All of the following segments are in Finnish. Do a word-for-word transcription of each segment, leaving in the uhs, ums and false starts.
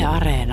Areena.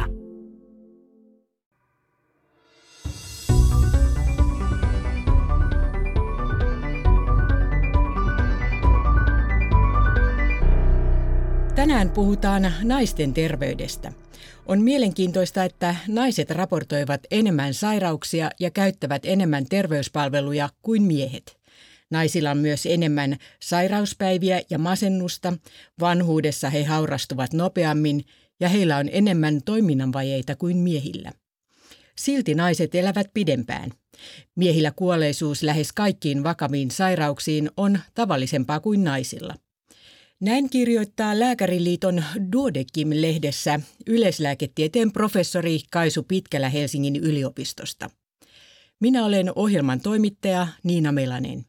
Tänään puhutaan naisten terveydestä. On mielenkiintoista, että naiset raportoivat enemmän sairauksia ja käyttävät enemmän terveyspalveluja kuin miehet. Naisilla on myös enemmän sairauspäiviä ja masennusta, vanhuudessa he haurastuvat nopeammin ja heillä on enemmän toiminnanvajeita kuin miehillä. Silti naiset elävät pidempään. Miehillä kuolleisuus lähes kaikkiin vakaviin sairauksiin on tavallisempaa kuin naisilla. Näin kirjoittaa Lääkäriliiton Duodeckim-lehdessä yleislääketieteen professori Kaisu Pitkälä Helsingin yliopistosta. Minä olen ohjelman toimittaja Niina Melanen.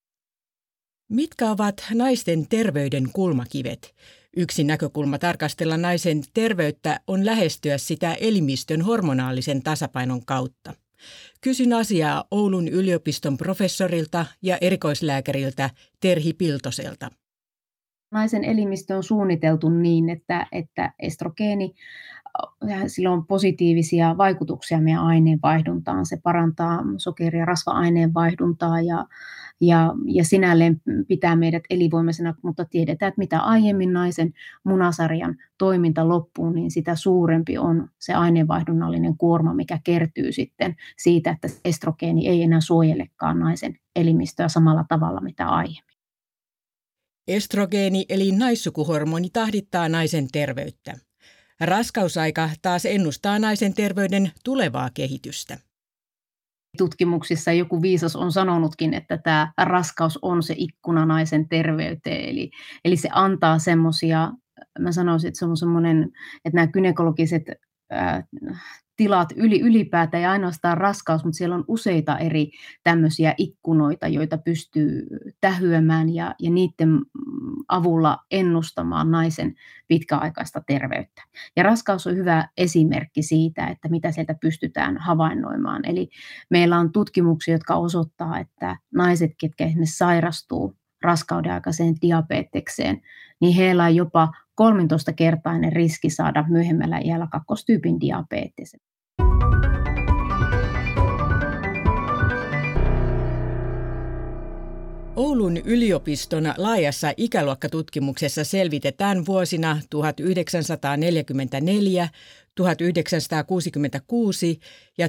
Mitkä ovat naisten terveyden kulmakivet? Yksi näkökulma tarkastella naisen terveyttä on lähestyä sitä elimistön hormonaalisen tasapainon kautta. Kysyn asiaa Oulun yliopiston professorilta ja erikoislääkäriltä Terhi Piltoselta. Naisen elimistö on suunniteltu niin, että, että estrogeeni, sillä on positiivisia vaikutuksia meidän aineenvaihduntaan. Se parantaa sokeri- ja rasva-aineenvaihduntaa ja, ja, ja sinälleen pitää meidät elinvoimaisena, mutta tiedetään, että mitä aiemmin naisen munasarjan toiminta loppuu, niin sitä suurempi on se aineenvaihdunnallinen kuorma, mikä kertyy sitten siitä, että estrogeeni ei enää suojelekaan naisen elimistöä samalla tavalla mitä aiemmin. Estrogeeni eli naissukuhormoni tahdittaa naisen terveyttä. Raskausaika taas ennustaa naisen terveyden tulevaa kehitystä. Tutkimuksissa joku viisas on sanonutkin, että tämä raskaus on se ikkuna naisen terveyteen. Eli, eli se antaa semmoisia, mä sanoisin, että se on semmoinen, että nämä gynekologiset ää, tilat yli, ylipäätään ja ainoastaan raskaus, mutta siellä on useita eri tämmöisiä ikkunoita, joita pystyy tähyämään ja, ja niiden avulla ennustamaan naisen pitkäaikaista terveyttä. Ja raskaus on hyvä esimerkki siitä, että mitä sieltä pystytään havainnoimaan. Eli meillä on tutkimuksia, jotka osoittaa, että naiset, ketkä esimerkiksi sairastuu raskauden aikaiseen diabetekseen, niin heillä on jopa kolmetoista-kertainen riski saada myöhemmällä iällä kakkostyypin diabetes. Oulun yliopiston laajassa ikäluokkatutkimuksessa selvitetään vuosina tuhatyhdeksänsataaneljäkymmentäneljä, tuhatyhdeksänsataakuusikymmentäkuusi ja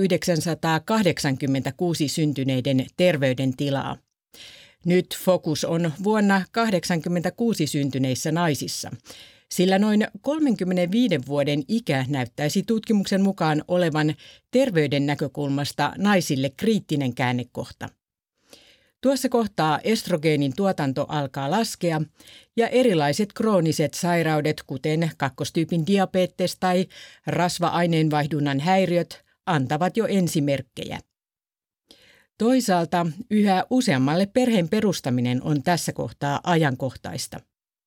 tuhatyhdeksänsataakahdeksankymmentäkuusi syntyneiden terveydentilaa. Nyt fokus on vuonna kahdeksankymmentäkuusi syntyneissä naisissa, sillä noin kolmenkymmenenviiden vuoden ikä näyttäisi tutkimuksen mukaan olevan terveyden näkökulmasta naisille kriittinen käännekohta. Tuossa kohtaa estrogeenin tuotanto alkaa laskea ja erilaiset krooniset sairaudet, kuten kakkostyypin diabetes tai rasva-aineenvaihdunnan häiriöt, antavat jo ensimerkkejä. Toisaalta yhä useammalle perheen perustaminen on tässä kohtaa ajankohtaista.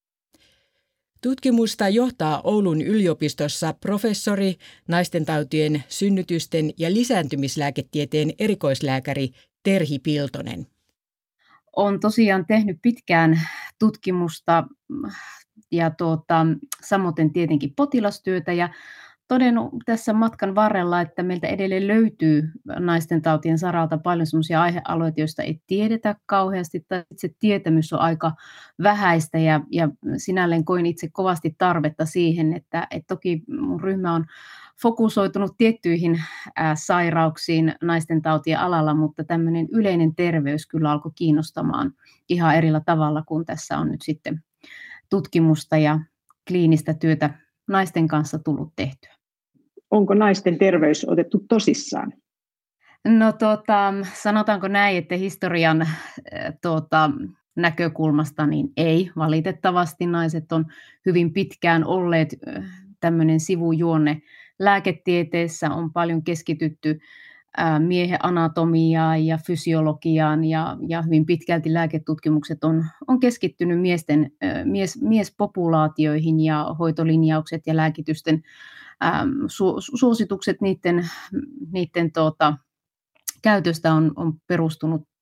Tutkimusta johtaa Oulun yliopistossa professori, naistentautien, synnytysten ja lisääntymislääketieteen erikoislääkäri Terhi Piltonen. Olen tosiaan tehnyt pitkään tutkimusta ja tuota, samoin tietenkin potilastyötä ja todennut tässä matkan varrella, että meiltä edelleen löytyy naisten tautien saralta paljon sellaisia aihealueita, joista ei tiedetä kauheasti, tai itse tietämys on aika vähäistä, ja, ja sinälleen koin itse kovasti tarvetta siihen, että, että toki mun ryhmä on fokusoitunut tiettyihin ää, sairauksiin naisten tautien alalla, mutta tämmöinen yleinen terveys kyllä alkoi kiinnostamaan ihan erillä tavalla, kun tässä on nyt sitten tutkimusta ja kliinistä työtä naisten kanssa tullut tehtyä. Onko naisten terveys otettu tosissaan? No tota, sanotaanko näin, että historian äh, tota, näkökulmasta niin ei. Valitettavasti naiset on hyvin pitkään olleet äh, tämmöinen sivujuonne. Lääketieteessä on paljon keskitytty äh, miehen anatomiaan ja fysiologiaan ja, ja hyvin pitkälti lääketutkimukset on, on keskittynyt miesten, äh, mies, miespopulaatioihin ja hoitolinjaukset ja lääkitysten ähm, su, suositukset niiden, niiden tuota, käytöstä on, on perustunut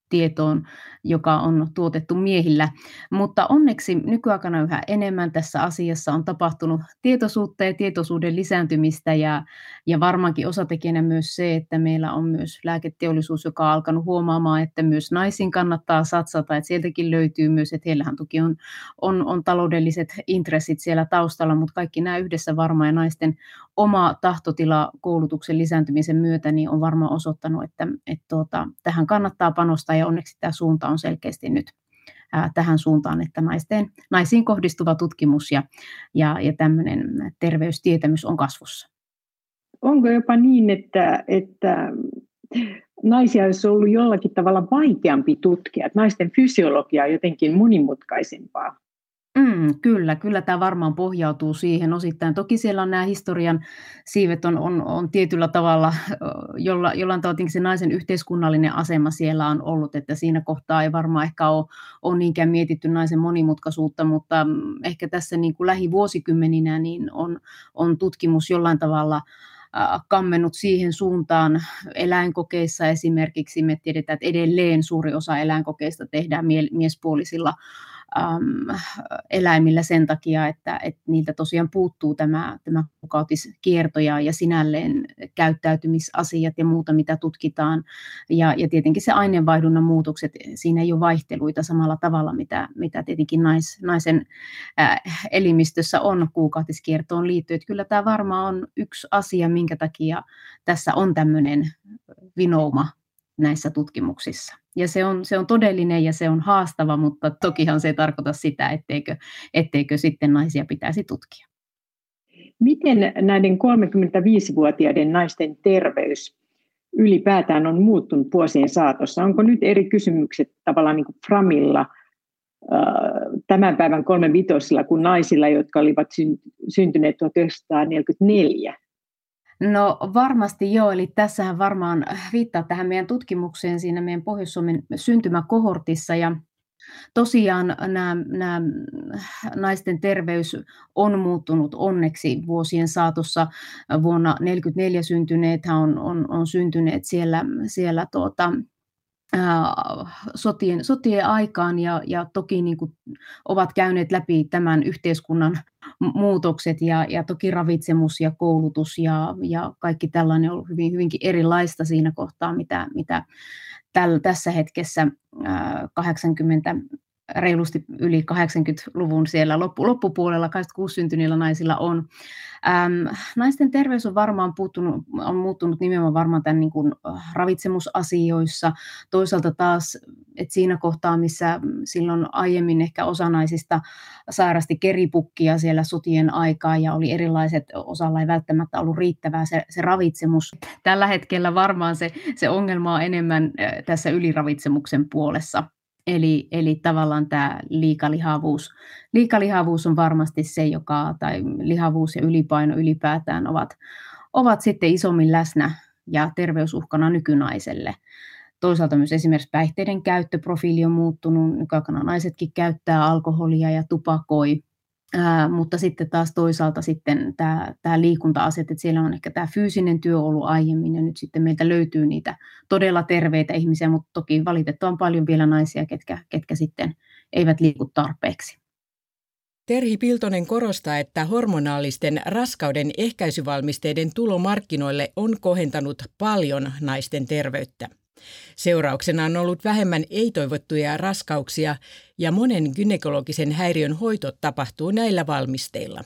tietoon, joka on tuotettu miehillä. Mutta onneksi nykyaikana yhä enemmän tässä asiassa on tapahtunut tietoisuutta ja tietoisuuden lisääntymistä ja, ja varmaankin osatekijänä myös se, että meillä on myös lääketeollisuus, joka on alkanut huomaamaan, että myös naisiin kannattaa satsata, että sieltäkin löytyy myös, että heillähän toki on, on, on taloudelliset intressit siellä taustalla, mutta kaikki nämä yhdessä varmaan ja naisten oma tahtotila koulutuksen lisääntymisen myötä niin on varmaan osoittanut, että, että tuota, tähän kannattaa panostaa ja onneksi tämä suunta on selkeästi nyt ää, tähän suuntaan, että naisten, naisiin kohdistuva tutkimus ja, ja, ja tämmöinen terveystietämys on kasvussa. Onko jopa niin, että, että naisia olisi ollut jollakin tavalla vaikeampi tutkia, että naisten fysiologia on jotenkin monimutkaisempaa? Mm, kyllä, kyllä tämä varmaan pohjautuu siihen osittain. Toki siellä on nämä historian siivet on, on, on tietyllä tavalla, jolla, jollain tavalla se naisen yhteiskunnallinen asema siellä on ollut, että siinä kohtaa ei varmaan ehkä ole, ole niinkään mietitty naisen monimutkaisuutta, mutta ehkä tässä niin kuin lähivuosikymmeninä niin on, on tutkimus jollain tavalla kammennut siihen suuntaan eläinkokeissa esimerkiksi. Me tiedetään, että edelleen suuri osa eläinkokeista tehdään miespuolisilla äm, eläimillä sen takia, että, että niiltä tosiaan puuttuu tämä, tämä kuukautiskierto ja, ja sinälleen käyttäytymisasiat ja muuta, mitä tutkitaan. Ja, ja tietenkin se aineenvaihdunnan muutokset, siinä ei ole vaihteluita samalla tavalla, mitä, mitä tietenkin nais, naisen äh, elimistössä on kuukautiskiertoon liittyen. Että kyllä tämä varmaan on yksi asia, minkä takia tässä on tämmöinen vinouma näissä tutkimuksissa. Ja se on, se on todellinen ja se on haastava, mutta tokihan se ei tarkoita sitä, etteikö, etteikö sitten naisia pitäisi tutkia. Miten näiden kolmekymmentäviisivuotiaiden naisten terveys ylipäätään on muuttunut vuosien saatossa? Onko nyt eri kysymykset tavallaan niin kuin framilla tämän päivän kolmevitosilla kuin naisilla, jotka olivat syntyneet tuhatyhdeksänsataaneljäkymmentäneljä? No varmasti joo, eli tässähän varmaan viittaa tähän meidän tutkimukseen siinä meidän Pohjois-Suomen syntymäkohortissa ja tosiaan nämä, nämä naisten terveys on muuttunut onneksi vuosien saatossa. Vuonna tuhatyhdeksänsataaneljäkymmentäneljä syntyneet on, on, on syntyneet siellä, siellä tuota, Sotien, sotien aikaan ja, ja toki niin kuin ovat käyneet läpi tämän yhteiskunnan muutokset ja, ja toki ravitsemus ja koulutus ja, ja kaikki tällainen on ollut hyvin, hyvinkin erilaista siinä kohtaa, mitä, mitä täl, tässä hetkessä ää, kahdeksankymmentä, reilusti yli kahdeksankymmentäluvun siellä loppu, loppupuolella kahdeksankymmentäkuusi syntyneillä naisilla on. Ähm, naisten terveys on varmaan puuttunut, on muuttunut nimenomaan varmaan tämän niin kuin ravitsemusasioissa. Toisaalta taas, että siinä kohtaa, missä silloin aiemmin ehkä osa naisista sairasti keripukkia siellä sotien aikaa ja oli erilaiset, osalla ei välttämättä ollut riittävää se, se ravitsemus. Tällä hetkellä varmaan se, se ongelma on enemmän tässä yliravitsemuksen puolessa. Eli, eli tavallaan tämä liikalihavuus. Liikalihavuus on varmasti se, joka, tai lihavuus ja ylipaino ylipäätään ovat, ovat sitten isommin läsnä ja terveysuhkana nykynaiselle. Toisaalta myös esimerkiksi päihteiden käyttöprofiili on muuttunut. Nykyaikana naisetkin käyttää alkoholia ja tupakoi. Ää, mutta sitten taas toisaalta sitten tämä, tämä liikunta-asiat, että siellä on ehkä tämä fyysinen työ ollut aiemmin ja nyt sitten meiltä löytyy niitä todella terveitä ihmisiä, mutta toki valitettavan paljon vielä naisia, ketkä, ketkä sitten eivät liiku tarpeeksi. Terhi Piltonen korostaa, että hormonaalisten raskauden ehkäisyvalmisteiden tulo markkinoille on kohentanut paljon naisten terveyttä. Seurauksena on ollut vähemmän ei-toivottuja raskauksia ja monen gynekologisen häiriön hoito tapahtuu näillä valmisteilla.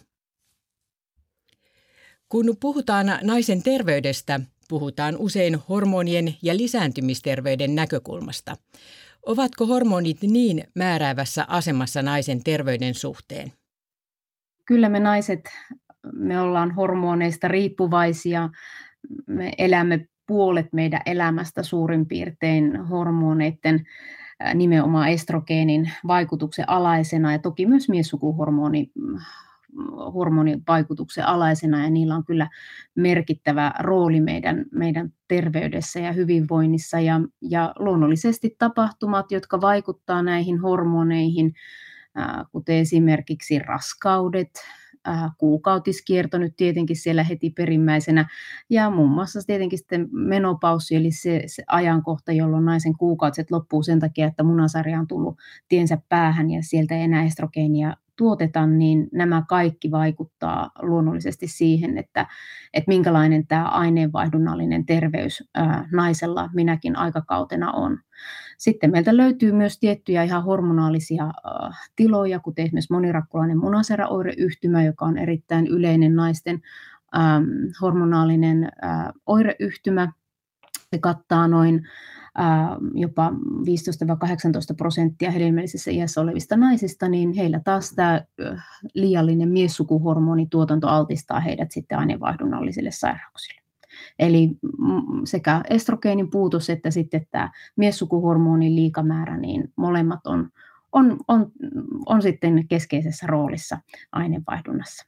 Kun puhutaan naisen terveydestä, puhutaan usein hormonien ja lisääntymisterveyden näkökulmasta. Ovatko hormonit niin määräävässä asemassa naisen terveyden suhteen? Kyllä me naiset, me ollaan hormoneista riippuvaisia, me elämme puolet meidän elämästä suurin piirtein hormoneiden, nimenomaan estrogeenin vaikutuksen alaisena ja toki myös miessukuhormonin hormonin vaikutuksen alaisena ja niillä on kyllä merkittävä rooli meidän, meidän terveydessä ja hyvinvoinnissa ja, ja luonnollisesti tapahtumat, jotka vaikuttaa näihin hormoneihin, kuten esimerkiksi raskaudet, äh, kuukautiskierto nyt tietenkin siellä heti perimmäisenä, ja muun muassa tietenkin sitten menopaussi, eli se, se ajankohta, jolloin naisen kuukautiset loppuu sen takia, että munasarja on tullut tiensä päähän ja sieltä ei enää estrogeenia tuoteta, niin nämä kaikki vaikuttaa luonnollisesti siihen, että, että minkälainen tämä aineenvaihdunnallinen terveys ää, naisella minäkin aikakautena on. Sitten meiltä löytyy myös tiettyjä ihan hormonaalisia ää, tiloja, kuten esimerkiksi monirakkulainen munasäräoireyhtymä, joka on erittäin yleinen naisten ää, hormonaalinen ää, oireyhtymä. Se kattaa noin ää, jopa viisitoista kahdeksantoista prosenttia hedelmällisessä iässä olevista naisista, niin heillä taas tämä liiallinen miessukuhormonituotanto altistaa heidät sitten aineenvaihdunnallisille sairauksille. Eli sekä estrogeenin puutos että sitten tämä miessukuhormonin liikamäärä, niin molemmat on, on, on, on sitten keskeisessä roolissa aineenvaihdunnassa.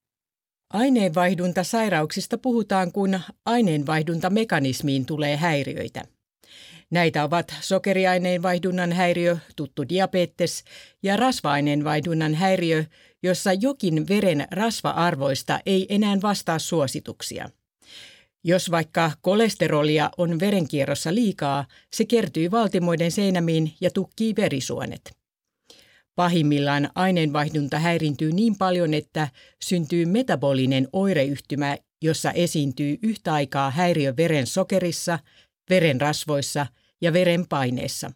Aineenvaihduntasairauksista puhutaan, kun aineenvaihduntamekanismiin tulee häiriöitä. Näitä ovat sokeriaineenvaihdunnan häiriö, tuttu diabetes, ja rasva-aineenvaihdunnan häiriö, jossa jokin veren rasva-arvoista ei enää vastaa suosituksia. Jos vaikka kolesterolia on verenkierrossa liikaa, se kertyy valtimoiden seinämiin ja tukkii verisuonet. Pahimmillaan aineenvaihdunta häirintyy niin paljon, että syntyy metabolinen oireyhtymä, jossa esiintyy yhtä aikaa häiriö veren sokerissa, veren rasvoissa ja veren paineessa.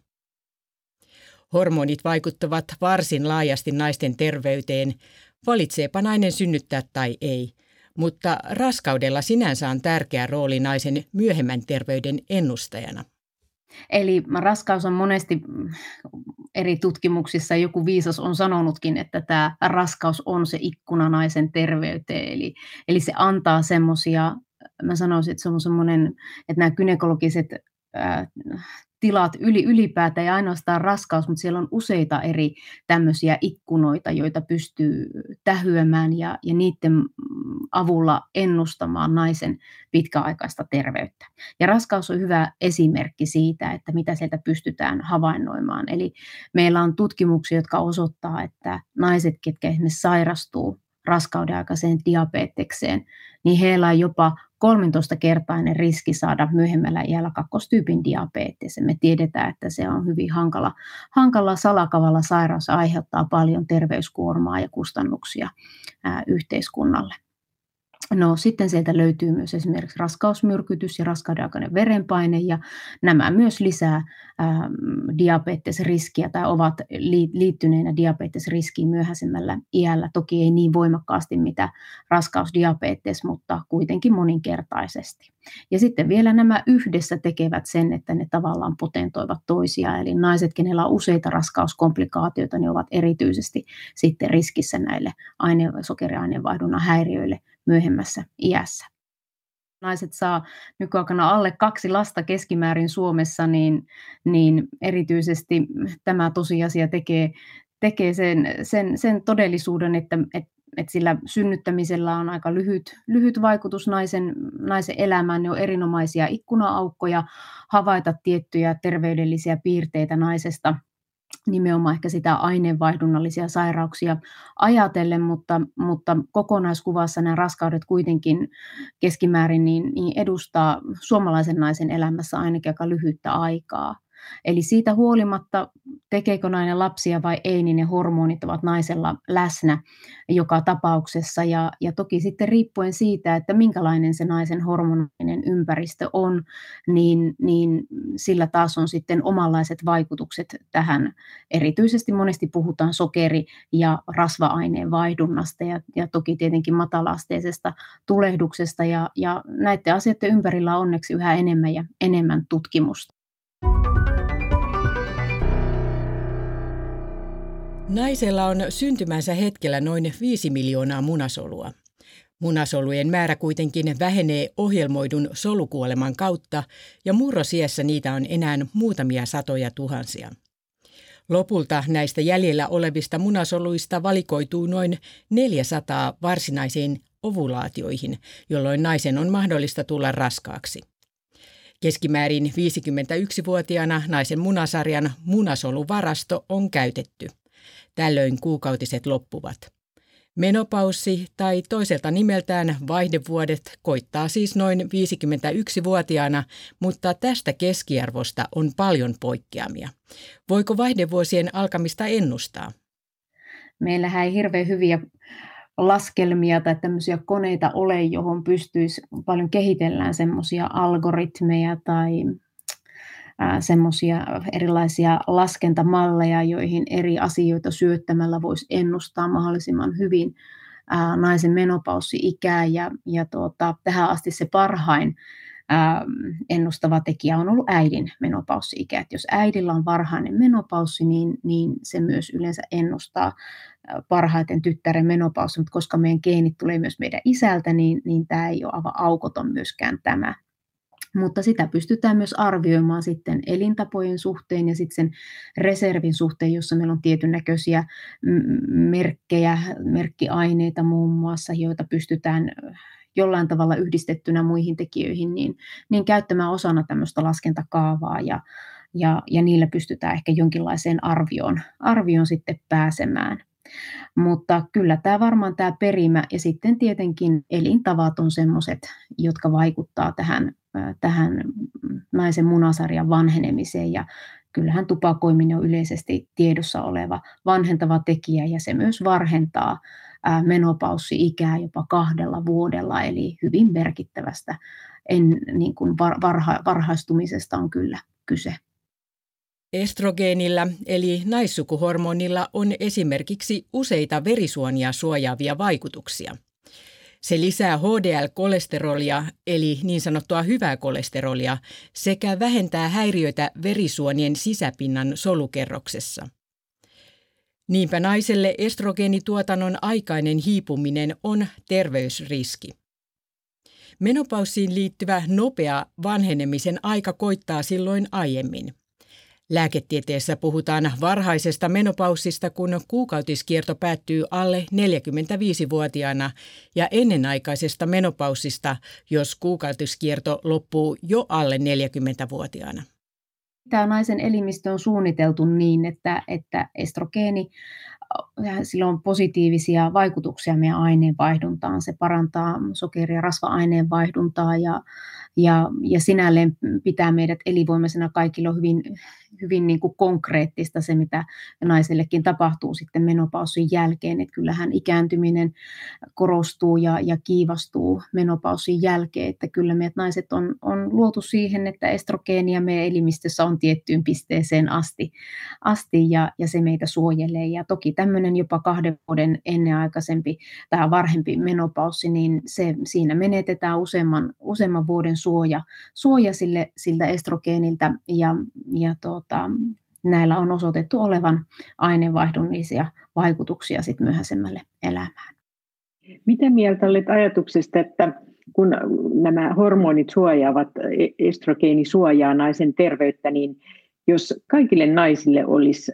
Hormonit vaikuttavat varsin laajasti naisten terveyteen, valitseepa nainen synnyttää tai ei, mutta raskaudella sinänsä on tärkeä rooli naisen myöhemmän terveyden ennustajana. Eli raskaus on monesti eri tutkimuksissa, joku viisas on sanonutkin, että tämä raskaus on se ikkuna naisen terveyteen. Eli, eli se antaa semmoisia, mä sanoisin, että se on semmoinen, että nämä gynekologiset ää, tilat yli, ylipäätään ja ainoastaan raskaus, mutta siellä on useita eri tämmöisiä ikkunoita, joita pystyy tähyämään ja, ja niiden avulla ennustamaan naisen pitkäaikaista terveyttä. Ja raskaus on hyvä esimerkki siitä, että mitä sieltä pystytään havainnoimaan. Eli meillä on tutkimuksia, jotka osoittaa, että naiset, ketkä esimerkiksi sairastuu raskauden aikaiseen diabetekseen, niin heillä on jopa kolmetoista-kertainen riski saada myöhemmällä iällä kakkostyypin diabetes. Me tiedetään, että se on hyvin hankala, hankala salakavalla sairaus ja aiheuttaa paljon terveyskuormaa ja kustannuksia ää, yhteiskunnalle. No sitten sieltä löytyy myös esimerkiksi raskausmyrkytys ja raskaudenaikainen verenpaine ja nämä myös lisää ää, diabetesriskiä tai ovat liittyneinä diabetesriskiin myöhäisemmällä iällä. Toki ei niin voimakkaasti mitä raskausdiabetes, mutta kuitenkin moninkertaisesti. Ja sitten vielä nämä yhdessä tekevät sen, että ne tavallaan potentoivat toisiaan. Eli naiset, kenellä on useita raskauskomplikaatioita, ne ovat erityisesti sitten riskissä näille aine- sokeriaineenvaihdunnan häiriöille myöhemmässä iässä. Naiset saa nykyaikana alle kaksi lasta keskimäärin Suomessa, niin, niin erityisesti tämä tosiasia tekee, tekee sen, sen, sen todellisuuden, että, että, että sillä synnyttämisellä on aika lyhyt, lyhyt vaikutus naisen, naisen elämään. Ne on erinomaisia ikkuna-aukkoja havaita tiettyjä terveydellisiä piirteitä naisesta, nimenomaan ehkä sitä aineenvaihdunnallisia sairauksia ajatellen, mutta, mutta kokonaiskuvassa nämä raskaudet kuitenkin keskimäärin niin, niin edustaa suomalaisen naisen elämässä ainakin aika lyhyttä aikaa. Eli siitä huolimatta, tekeekö nainen lapsia vai ei, niin ne hormonit ovat naisella läsnä joka tapauksessa. Ja, ja toki sitten riippuen siitä, että minkälainen se naisen hormonaalinen ympäristö on, niin, niin sillä taas on sitten omanlaiset vaikutukset tähän. Erityisesti monesti puhutaan sokeri- ja rasva-aineen vaihdunnasta ja, ja toki tietenkin matala-asteisesta tulehduksesta. Ja, ja näiden asioiden ympärillä on onneksi yhä enemmän ja enemmän tutkimusta. Naisella on syntymänsä hetkellä noin viisi miljoonaa munasolua. Munasolujen määrä kuitenkin vähenee ohjelmoidun solukuoleman kautta ja murrosiässä niitä on enää muutamia satoja tuhansia. Lopulta näistä jäljellä olevista munasoluista valikoituu noin neljäsataa varsinaisiin ovulaatioihin, jolloin naisen on mahdollista tulla raskaaksi. Keskimäärin viisikymmentäyksivuotiaana naisen munasarjan munasoluvarasto on käytetty. Tällöin kuukautiset loppuvat. Menopaussi tai toiselta nimeltään vaihdevuodet koittaa siis noin viisikymmentäyksivuotiaana, mutta tästä keskiarvosta on paljon poikkeamia. Voiko vaihdevuosien alkamista ennustaa? Meillähän ei hirveän hyviä laskelmia tai tämmöisiä koneita ole, johon pystyisi paljon kehitellään semmoisia algoritmeja tai semmoisia erilaisia laskentamalleja, joihin eri asioita syöttämällä voisi ennustaa mahdollisimman hyvin ää, naisen menopaussi-ikää. Ja, ja tuota, tähän asti se parhain ää, ennustava tekijä on ollut äidin menopaussi-ikä. Et jos äidillä on varhainen menopaussi, niin, niin se myös yleensä ennustaa parhaiten tyttären menopaussi, mutta koska meidän geenit tulee myös meidän isältä, niin, niin tämä ei ole aivan aukoton myöskään tämä. Mutta sitä pystytään myös arvioimaan sitten elintapojen suhteen ja sitten sen reservin suhteen, jossa meillä on tietyn näköisiä merkkejä, merkkiaineita muun muassa, joita pystytään jollain tavalla yhdistettynä muihin tekijöihin, niin, niin käyttämään osana tämmöistä laskentakaavaa ja, ja, ja niillä pystytään ehkä jonkinlaiseen arvioon, arvioon sitten pääsemään. Mutta kyllä tämä varmaan tämä perimä ja sitten tietenkin elintavat on semmoiset, jotka vaikuttaa tähän, tähän naisen munasarjan vanhenemiseen ja kyllähän tupakoiminen on yleisesti tiedossa oleva vanhentava tekijä ja se myös varhentaa menopaussi-ikää jopa kahdella vuodella eli hyvin merkittävästä en, niin kuin varha, varhaistumisesta on kyllä kyse. Estrogeenillä eli naissukuhormonilla on esimerkiksi useita verisuonia suojaavia vaikutuksia. Se lisää H D L-kolesterolia eli niin sanottua hyvää kolesterolia sekä vähentää häiriöitä verisuonien sisäpinnan solukerroksessa. Niinpä naiselle estrogeenituotannon aikainen hiipuminen on terveysriski. Menopausiin liittyvä nopea vanhenemisen aika koittaa silloin aiemmin. Lääketieteessä puhutaan varhaisesta menopaussista, kun kuukautiskierto päättyy alle neljäkymmentäviisivuotiaana ja ennenaikaisesta menopaussista, jos kuukautiskierto loppuu jo alle neljäkymmentävuotiaana. Tämä naisen elimistö on suunniteltu niin, että, että estrogeeni, sillä on positiivisia vaikutuksia meidän aineenvaihduntaan. Se parantaa sokeri- ja rasva-aineenvaihduntaa ja, ja, ja sinälleen pitää meidät elinvoimaisena. Kaikilla on hyvin, hyvin niin kuin konkreettista se, mitä naisellekin tapahtuu sitten menopaussin jälkeen. Että kyllähän ikääntyminen korostuu ja, ja kiivastuu menopaussin jälkeen. Että kyllä meidät naiset on, on luotu siihen, että estrogeenia meidän elimistössä on tiettyyn pisteeseen asti, asti ja, ja se meitä suojelee. Ja toki tämmöinen jopa kahden vuoden ennenaikaisempi tai varhempi menopaussi, niin se, siinä menetetään useamman, useamman vuoden suoja, suoja sille, siltä estrogeeniltä ja, ja tuota, näillä on osoitettu olevan aineenvaihdunnallisia vaikutuksia sit myöhäisemmälle elämään. Mitä mieltä olet ajatuksesta, että kun nämä hormonit suojaavat, estrogeeni suojaa naisen terveyttä, niin jos kaikille naisille olisi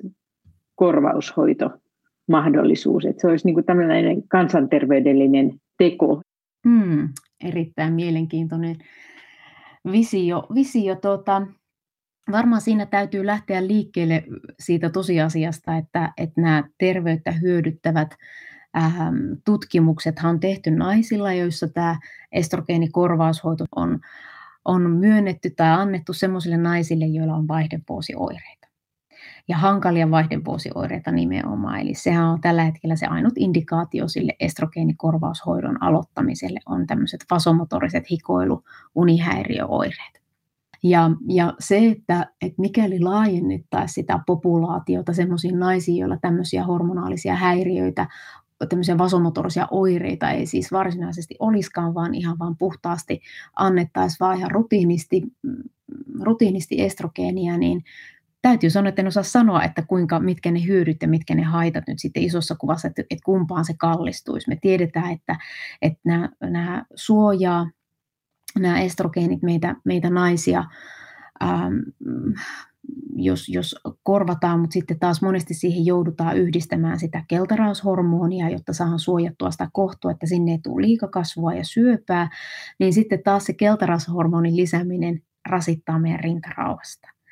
korvaushoitomahdollisuus, että se olisi niin kuin tämmöinen kansanterveydellinen teko? Hmm, erittäin mielenkiintoinen visio. visio tuota, varmaan siinä täytyy lähteä liikkeelle siitä tosiasiasta, että, että nämä terveyttä hyödyttävät ähm, tutkimuksethan on tehty naisilla, joissa tämä estrogeenikorvaushoito on, on myönnetty tai annettu sellaisille naisille, joilla on vaihdevuosioireita. Ja hankalia vaihdevuosioireita nimenomaan. Eli sehän on tällä hetkellä se ainut indikaatio sille estrogeenikorvaushoidon aloittamiselle on tämmöiset vasomotoriset hikoilu- unihäiriöoireet. Ja, ja se, että, että mikäli laajennettaisiin sitä populaatiota sellaisiin naisiin, joilla tämmöisiä hormonaalisia häiriöitä, tämmöisiä vasomotorisia oireita ei siis varsinaisesti olisikaan, vaan ihan vaan puhtaasti annettaisiin vaan ihan rutiinisti, rutiinisti estrogeenia, niin täytyy sanoa, että en osaa sanoa, että kuinka, mitkä ne hyödyt ja mitkä ne haitat nyt sitten isossa kuvassa, että, että kumpaan se kallistuisi. Me tiedetään, että, että nämä, nämä suojaa, nämä estrogeenit meitä, meitä naisia, ähm, jos, jos korvataan, mutta sitten taas monesti siihen joudutaan yhdistämään sitä keltaraushormonia, jotta saadaan suojattua sitä kohtua, että sinne ei tule liikakasvua ja syöpää, niin sitten taas se keltaraushormonin lisääminen rasittaa meidän rintarauhasta.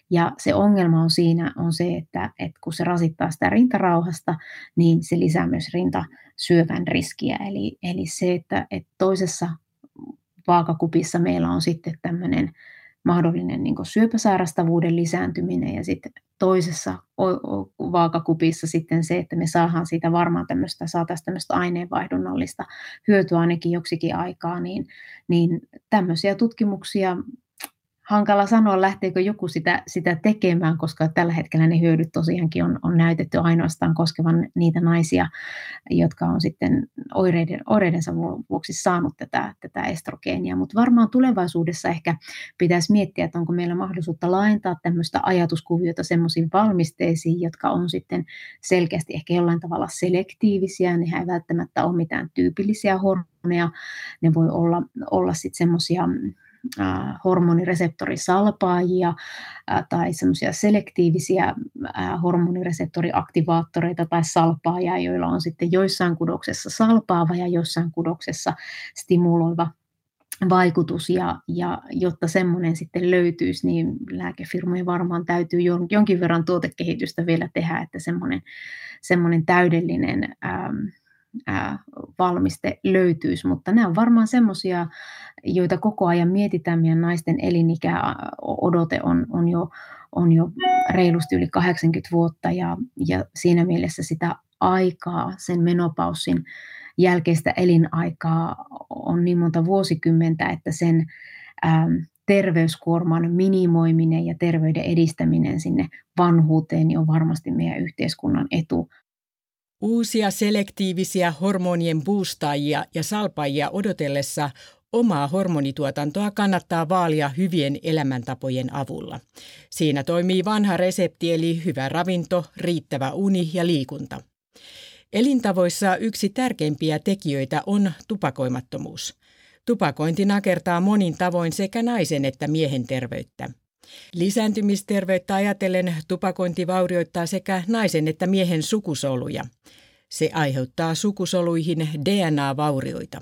Ja se ongelma on siinä on se, että, että kun se rasittaa sitä rintarauhasta, niin se lisää myös rintasyövän riskiä. Eli, eli se, että, että toisessa vaakakupissa meillä on sitten tämmöinen mahdollinen niin kuin syöpäsairastavuuden lisääntyminen ja sitten toisessa vaakakupissa sitten se, että me saadaan siitä varmaan tämmöistä, saataisiin tämmöistä aineenvaihdunnallista hyötyä ainakin joksikin aikaa, niin, niin tämmöisiä tutkimuksia hankala sanoa, lähteekö joku sitä, sitä tekemään, koska tällä hetkellä ne hyödyt tosiaankin on, on näytetty ainoastaan koskevan niitä naisia, jotka on sitten oireiden, oireidensa vuoksi saanut tätä, tätä estrogeenia. Mutta varmaan tulevaisuudessa ehkä pitäisi miettiä, että onko meillä mahdollisuutta laajentaa tämmöistä ajatuskuviota semmoisiin valmisteisiin, jotka on sitten selkeästi ehkä jollain tavalla selektiivisiä. Nehän ei välttämättä ole mitään tyypillisiä hormoneja. Ne voi olla, olla sitten semmoisia hormonireseptorisalpaajia tai semmoisia selektiivisiä hormonireseptoriaktivaattoreita tai salpaajia, joilla on sitten joissain kudoksessa salpaava ja joissain kudoksessa stimuloiva vaikutus. Ja, ja jotta semmoinen sitten löytyisi, niin lääkefirmojen varmaan täytyy jonkin verran tuotekehitystä vielä tehdä, että semmoinen, semmoinen täydellinen ähm, valmiste löytyisi, mutta nämä on varmaan semmoisia, joita koko ajan mietitään. Meidän naisten elinikäodote on, on, jo, on jo reilusti yli kahdeksankymmentä vuotta ja, ja siinä mielessä sitä aikaa, sen menopaussin jälkeistä elinaikaa on niin monta vuosikymmentä, että sen ähm, terveyskuorman minimoiminen ja terveyden edistäminen sinne vanhuuteen niin on varmasti meidän yhteiskunnan etu. Uusia selektiivisiä hormonien boostaajia ja salpaajia odotellessa omaa hormonituotantoa kannattaa vaalia hyvien elämäntapojen avulla. Siinä toimii vanha resepti eli hyvä ravinto, riittävä uni ja liikunta. Elintavoissa yksi tärkeimpiä tekijöitä on tupakoimattomuus. Tupakointi nakertaa monin tavoin sekä naisen että miehen terveyttä. Lisääntymisterveyttä ajatellen tupakointi vaurioittaa sekä naisen että miehen sukusoluja. Se aiheuttaa sukusoluihin D N A-vaurioita.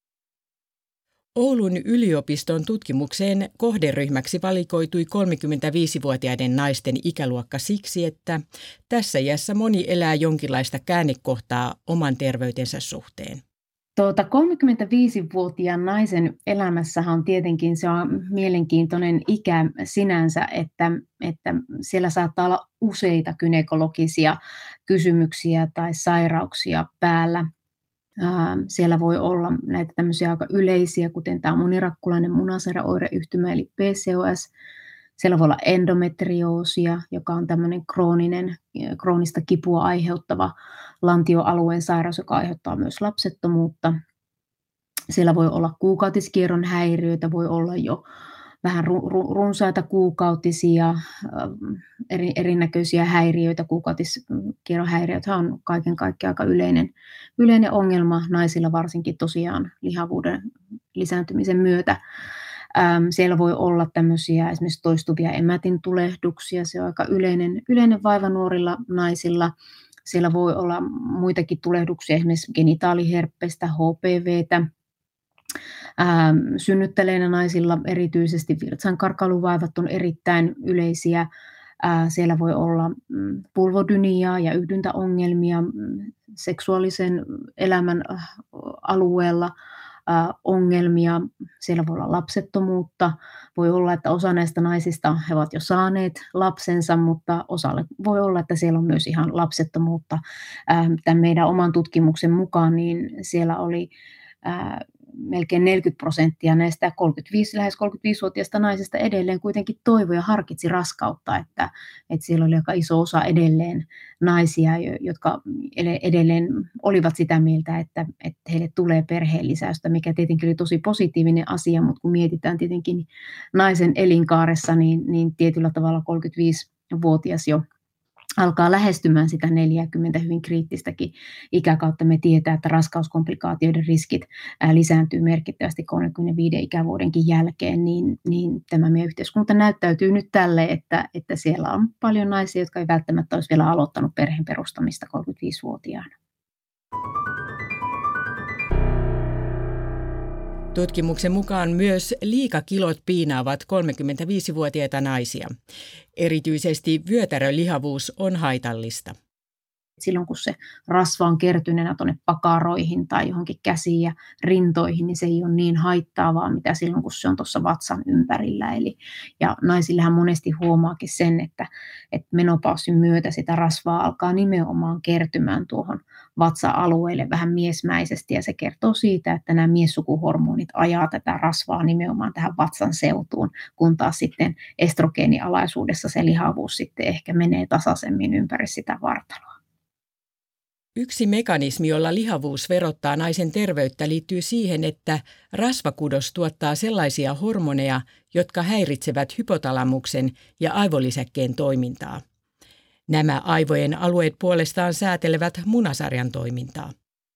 Oulun yliopiston tutkimukseen kohderyhmäksi valikoitui kolmekymmentäviisivuotiaiden naisten ikäluokka siksi, että tässä iässä moni elää jonkinlaista käännekohtaa oman terveytensä suhteen. Tuota, kolmekymmentäviisivuotiaan naisen elämässähän on tietenkin se on mielenkiintoinen ikä sinänsä, että, että siellä saattaa olla useita gynekologisia kysymyksiä tai sairauksia päällä. Siellä voi olla näitä tämmöisiä aika yleisiä, kuten tämä monirakkulainen munasarjaoireyhtymä eli P C O S. Siellä voi olla endometrioosia, joka on tämmöinen krooninen, kroonista kipua aiheuttava lantioalueen sairaus, joka aiheuttaa myös lapsettomuutta. Siellä voi olla kuukautiskierron häiriöitä, voi olla jo vähän runsaita kuukautisia, eri, erinäköisiä häiriöitä. Kuukautiskierron häiriöt on kaiken kaikkiaan aika yleinen, yleinen ongelma naisilla, varsinkin tosiaan lihavuuden lisääntymisen myötä. Siellä voi olla tämmöisiä esimerkiksi toistuvia emätintulehduksia, se on aika yleinen, yleinen vaiva nuorilla naisilla. Siellä voi olla muitakin tulehduksia, esimerkiksi genitaaliherppestä, H P V:tä. Ähm, synnyttäleinä naisilla erityisesti virtsankarkailuvaivat on erittäin yleisiä. Äh, siellä voi olla mm, pulvodyniaa ja yhdyntäongelmia mm, seksuaalisen elämän äh, alueella. Ongelmia, siellä voi olla lapsettomuutta, voi olla, että osa näistä naisista he ovat jo saaneet lapsensa, mutta osalle voi olla, että siellä on myös ihan lapsettomuutta. Tämän meidän oman tutkimuksen mukaan niin siellä oli melkein neljäkymmentä prosenttia näistä kolmekymmentäviisi, lähes kolmekymmentäviisivuotiaista naisista edelleen kuitenkin toivoi ja harkitsi raskautta, että, että siellä oli aika iso osa edelleen naisia, jotka edelleen olivat sitä mieltä, että, että heille tulee perheenlisäystä, mikä tietenkin oli tosi positiivinen asia, mutta kun mietitään tietenkin naisen elinkaaressa, niin, niin tietyllä tavalla kolmekymmentäviisivuotias jo alkaa lähestymään sitä neljäkymmentä hyvin kriittistäkin ikäkautta. Me tietää, että raskauskomplikaatioiden riskit lisääntyy merkittävästi kolmekymmentäviiden ikävuodenkin jälkeen, niin, niin tämä meidän yhteiskunta näyttäytyy nyt tälle, että, että siellä on paljon naisia, jotka ei välttämättä olisi vielä aloittanut perheen perustamista kolmekymmentäviisivuotiaana. Tutkimuksen mukaan myös liikakilot piinaavat kolmekymmentäviisivuotiaita naisia. Erityisesti vyötärölihavuus on haitallista. Silloin kun se rasva on kertyneenä tuonne pakaroihin tai johonkin käsiin ja rintoihin, niin se ei ole niin haittaavaa, mitä silloin kun se on tuossa vatsan ympärillä. Eli, ja naisillehän monesti huomaakin sen, että, että menopausin myötä sitä rasvaa alkaa nimenomaan kertymään tuohon vatsa-alueelle vähän miesmäisesti. Ja se kertoo siitä, että nämä miessukuhormonit ajaa tätä rasvaa nimenomaan tähän vatsan seutuun, kun taas sitten estrogeenialaisuudessa se lihavuus sitten ehkä menee tasaisemmin ympäri sitä vartaloa. Yksi mekanismi, jolla lihavuus verottaa naisen terveyttä, liittyy siihen, että rasvakudos tuottaa sellaisia hormoneja, jotka häiritsevät hypotalamuksen ja aivolisäkkeen toimintaa. Nämä aivojen alueet puolestaan säätelevät munasarjan toimintaa.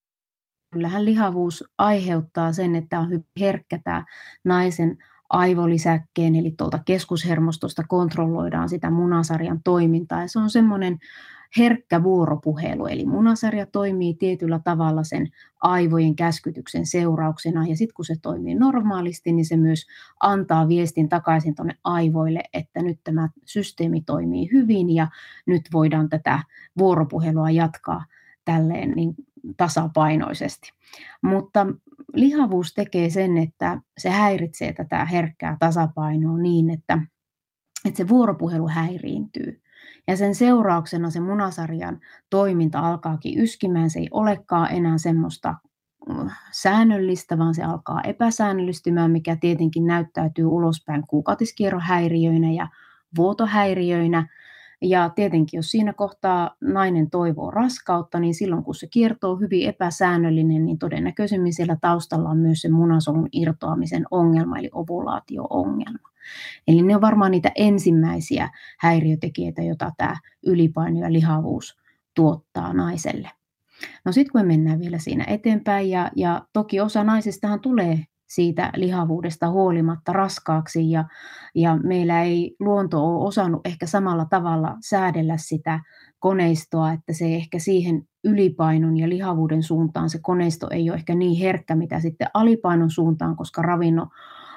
Kyllähän lihavuus aiheuttaa sen, että on hyvin herkkä tämä naisen aivolisäkkeen, eli tuolta keskushermostosta kontrolloidaan sitä munasarjan toimintaa. Ja se on semmoinen herkkä vuoropuhelu, eli munasarja toimii tietyllä tavalla sen aivojen käskytyksen seurauksena, ja sitten kun se toimii normaalisti, niin se myös antaa viestin takaisin tuonne aivoille, että nyt tämä systeemi toimii hyvin, ja nyt voidaan tätä vuoropuhelua jatkaa tälleen niin tasapainoisesti. Mutta lihavuus tekee sen, että se häiritsee tätä herkkää tasapainoa niin, että, että se vuoropuhelu häiriintyy. Ja sen seurauksena se munasarjan toiminta alkaakin yskimään. Se ei olekaan enää semmoista säännöllistä, vaan se alkaa epäsäännöllistymään, mikä tietenkin näyttäytyy ulospäin kuukautiskierrohäiriöinä ja vuotohäiriöinä. Ja tietenkin, jos siinä kohtaa nainen toivoo raskautta, niin silloin kun se kierto on hyvin epäsäännöllinen, niin todennäköisemmin siellä taustalla on myös se munasolun irtoamisen ongelma, eli ovulaatio-ongelma. Eli ne on varmaan niitä ensimmäisiä häiriötekijöitä, joita tämä ylipaino ja lihavuus tuottaa naiselle. No sitten kun me mennään vielä siinä eteenpäin, ja, ja toki osa naisistahan tulee siitä lihavuudesta huolimatta raskaaksi, ja, ja meillä ei luonto ole osannut ehkä samalla tavalla säädellä sitä koneistoa, että se ehkä siihen ylipainon ja lihavuuden suuntaan se koneisto ei ole ehkä niin herkkä, mitä sitten alipainon suuntaan, koska ravinnon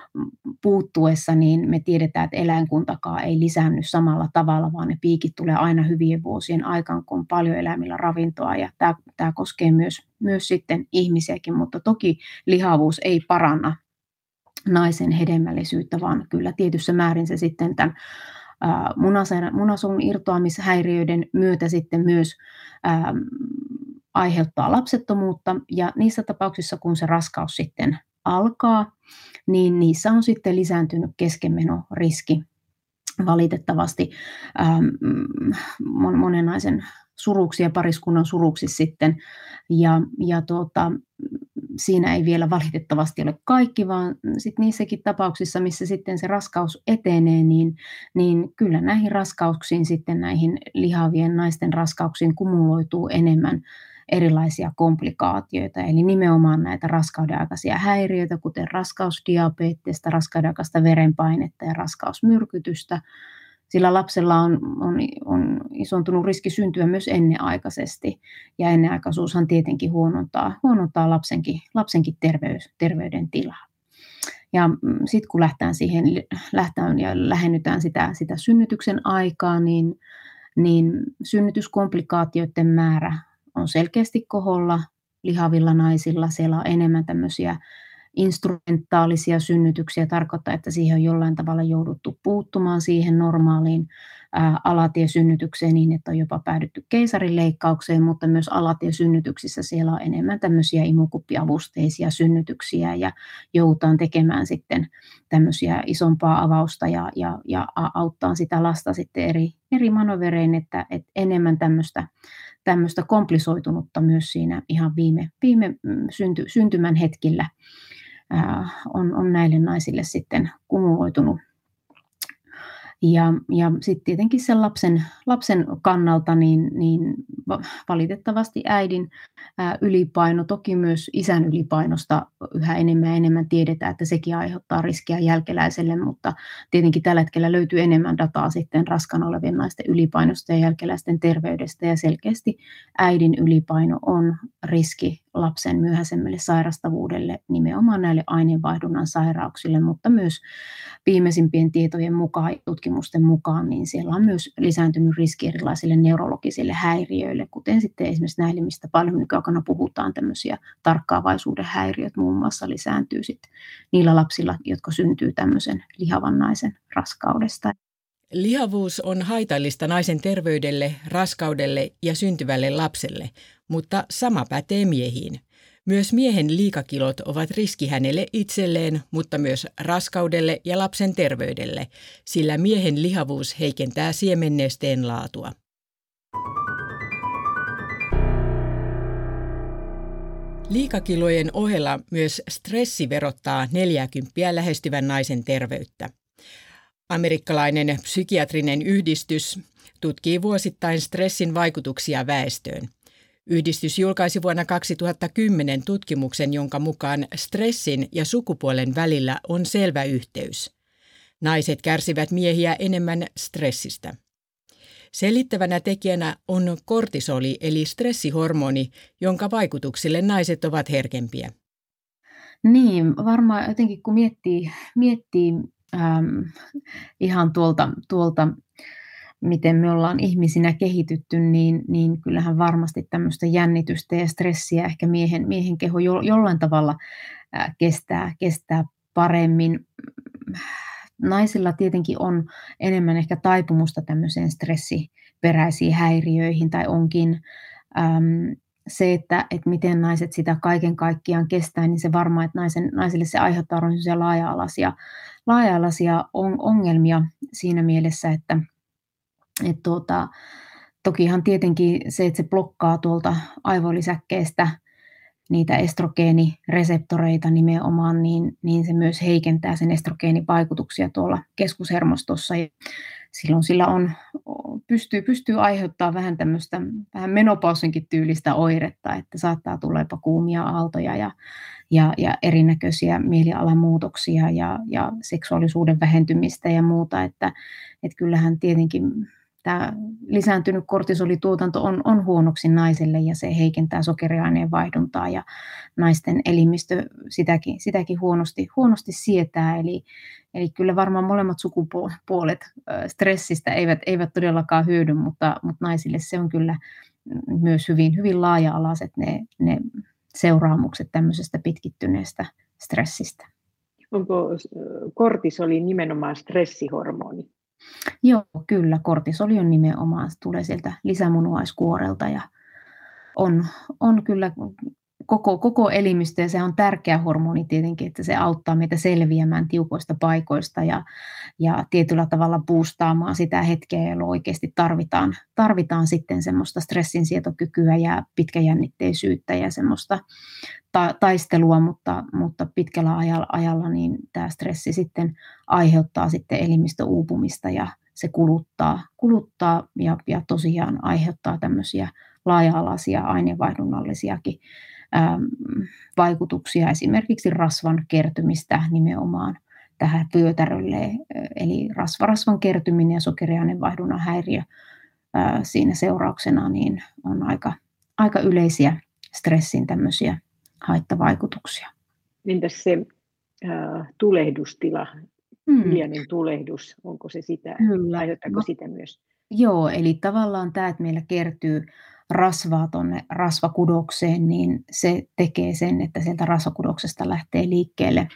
puuttuessa niin me tiedetään, että eläinkuntakaan ei lisäänny samalla tavalla, vaan ne piikit tulee aina hyvien vuosien aikaan, kun on paljon eläimillä ravintoa, ja tämä, tämä koskee myös, myös sitten ihmisiäkin, mutta toki lihavuus ei paranna naisen hedelmällisyyttä, vaan kyllä tietyssä määrin se sitten tämän munasolun irtoamishäiriöiden myötä sitten myös ää, aiheuttaa lapsettomuutta, ja niissä tapauksissa, kun se raskaus sitten alkaa, niin niissä on sitten lisääntynyt keskenmenoriski valitettavasti ähm, monen naisen suruksi ja pariskunnan suruksi sitten. Ja, ja tuota, siinä ei vielä valitettavasti ole kaikki, vaan sit niissäkin tapauksissa, missä sitten se raskaus etenee, niin, niin kyllä näihin raskauksiin sitten näihin lihavien naisten raskauksiin kumuloituu enemmän erilaisia komplikaatioita, eli nimenomaan näitä raskaudenaikaisia häiriöitä, kuten raskausdiabeettista, raskaudenaikaista verenpainetta ja raskausmyrkytystä. Sillä lapsella on, on, on isontunut riski syntyä myös ennenaikaisesti, ja ennenaikaisuushan tietenkin huonontaa, huonontaa lapsenkin, lapsenkin terveys, terveydentilaa. Ja sitten kun lähdetään siihen, lähdetään ja lähennytään sitä, sitä synnytyksen aikaa, niin, niin synnytyskomplikaatioiden määrä on selkeästi koholla lihavilla naisilla. Siellä on enemmän tämmöisiä instrumentaalisia synnytyksiä, tarkoittaa, että siihen on jollain tavalla jouduttu puuttumaan siihen normaaliin ää, alatiesynnytykseen niin, että on jopa päädytty keisarileikkaukseen, mutta myös alatiesynnytyksissä siellä on enemmän tämmöisiä imukuppiavusteisia synnytyksiä, ja joudutaan tekemään sitten tämmöisiä isompaa avausta ja, ja, ja auttaa sitä lasta sitten eri, eri manöverein, että, että enemmän tämmöistä tämmöistä komplisoitunutta myös siinä ihan viime, viime synty, syntymän hetkillä ää, on, on näille naisille sitten kumuloitunut. Ja, ja sitten tietenkin sen lapsen, lapsen kannalta niin, niin valitettavasti äidin ää, ylipaino, toki myös isän ylipainosta yhä enemmän ja enemmän tiedetään, että sekin aiheuttaa riskiä jälkeläiselle, mutta tietenkin tällä hetkellä löytyy enemmän dataa sitten raskaana olevien naisten ylipainosta ja jälkeläisten terveydestä, ja selkeästi äidin ylipaino on riski lapsen myöhäisemmälle sairastavuudelle, nimenomaan näille aineenvaihdunnan sairauksille, mutta myös viimeisimpien tietojen mukaan, tutkimusten mukaan, niin siellä on myös lisääntynyt riski erilaisille neurologisille häiriöille, kuten sitten esimerkiksi näille, mistä paljon nykyaikana puhutaan, tämmöisiä tarkkaavaisuuden häiriöt muun muassa lisääntyy sitten niillä lapsilla, jotka syntyy tämmöisen lihavan naisen raskaudesta. Lihavuus on haitallista naisen terveydelle, raskaudelle ja syntyvälle lapselle, mutta sama pätee miehiin. Myös miehen liikakilot ovat riski hänelle itselleen, mutta myös raskaudelle ja lapsen terveydelle, sillä miehen lihavuus heikentää siemennesteen laatua. Liikakilojen ohella myös stressi verottaa neljääkymppiä lähestyvän naisen terveyttä. Amerikkalainen psykiatrinen yhdistys tutkii vuosittain stressin vaikutuksia väestöön. Yhdistys julkaisi vuonna kaksituhattakymmenen tutkimuksen, jonka mukaan stressin ja sukupuolen välillä on selvä yhteys. Naiset kärsivät miehiä enemmän stressistä. Selittävänä tekijänä on kortisoli eli stressihormoni, jonka vaikutuksille naiset ovat herkempiä. Niin, varmaan jotenkin kun miettii, miettii ähm, ihan tuolta, tuolta, miten me ollaan ihmisinä kehitytty, niin, niin kyllähän varmasti tämmöistä jännitystä ja stressiä ehkä miehen, miehen keho jo, jollain tavalla äh, kestää, kestää paremmin. Naisilla tietenkin on enemmän ehkä taipumusta tämmöiseen stressiperäisiin häiriöihin tai onkin. Ähm, se, että, että miten naiset sitä kaiken kaikkiaan kestää, niin se varmaan, että naisen, naisille se aiheuttaa laaja-alaisia, laaja-alaisia ongelmia siinä mielessä, että, että tuota, tokihan tietenkin se, että se blokkaa tuolta aivolisäkkeestä niitä estrogeenireseptoreita nimenomaan, niin, niin se myös heikentää sen estrogeenivaikutuksia tuolla keskushermostossa. Ja silloin sillä on, pystyy, pystyy aiheuttamaan vähän tämmöistä vähän menopausinkin tyylistä oiretta, että saattaa tulla jopa kuumia aaltoja ja, ja, ja erinäköisiä mielialamuutoksia ja, ja seksuaalisuuden vähentymistä ja muuta. Että, että kyllähän tietenkin tämä lisääntynyt kortisolituotanto on, on huonoksi naiselle ja se heikentää sokeriaineen vaihduntaa ja naisten elimistö sitäkin, sitäkin huonosti, huonosti sietää. Eli, eli kyllä varmaan molemmat sukupuolet stressistä eivät, eivät todellakaan hyödy, mutta, mutta naisille se on kyllä myös hyvin, hyvin laaja-alaiset ne, ne seuraamukset tämmöisestä pitkittyneestä stressistä. Onko kortisoli nimenomaan stressihormoni? Joo, kyllä. Kortisoli on nimenomaan, se tulee sieltä lisämunuaiskuorelta ja on, on kyllä koko, koko elimistö ja se on tärkeä hormoni tietenkin, että se auttaa meitä selviämään tiukoista paikoista ja, ja tietyllä tavalla boostaamaan sitä hetkeä, jolloin oikeasti tarvitaan, tarvitaan sitten semmoista stressinsietokykyä ja pitkäjännitteisyyttä ja semmoista ta- taistelua, mutta, mutta pitkällä ajalla, ajalla niin tämä stressi sitten aiheuttaa sitten elimistöuupumista ja se kuluttaa, kuluttaa ja, ja tosiaan aiheuttaa tämmöisiä laaja-alaisia aineenvaihdunnallisiakin ähm, vaikutuksia, esimerkiksi rasvan kertymistä nimenomaan tähän vyötärölle, eli rasvarasvan kertyminen ja sokeriaineenvaihdunnan häiriö äh, siinä seurauksena niin on aika, aika yleisiä stressin tämmöisiä haittavaikutuksia. Entäs se äh, tulehdustila, hmm. hiljainen tulehdus, onko se sitä, Kyllä. aiheuttaako no, sitä myös? Joo, eli tavallaan tämä, että meillä kertyy rasvaa tuonne rasvakudokseen, niin se tekee sen, että sieltä rasvakudoksesta lähtee liikkeelle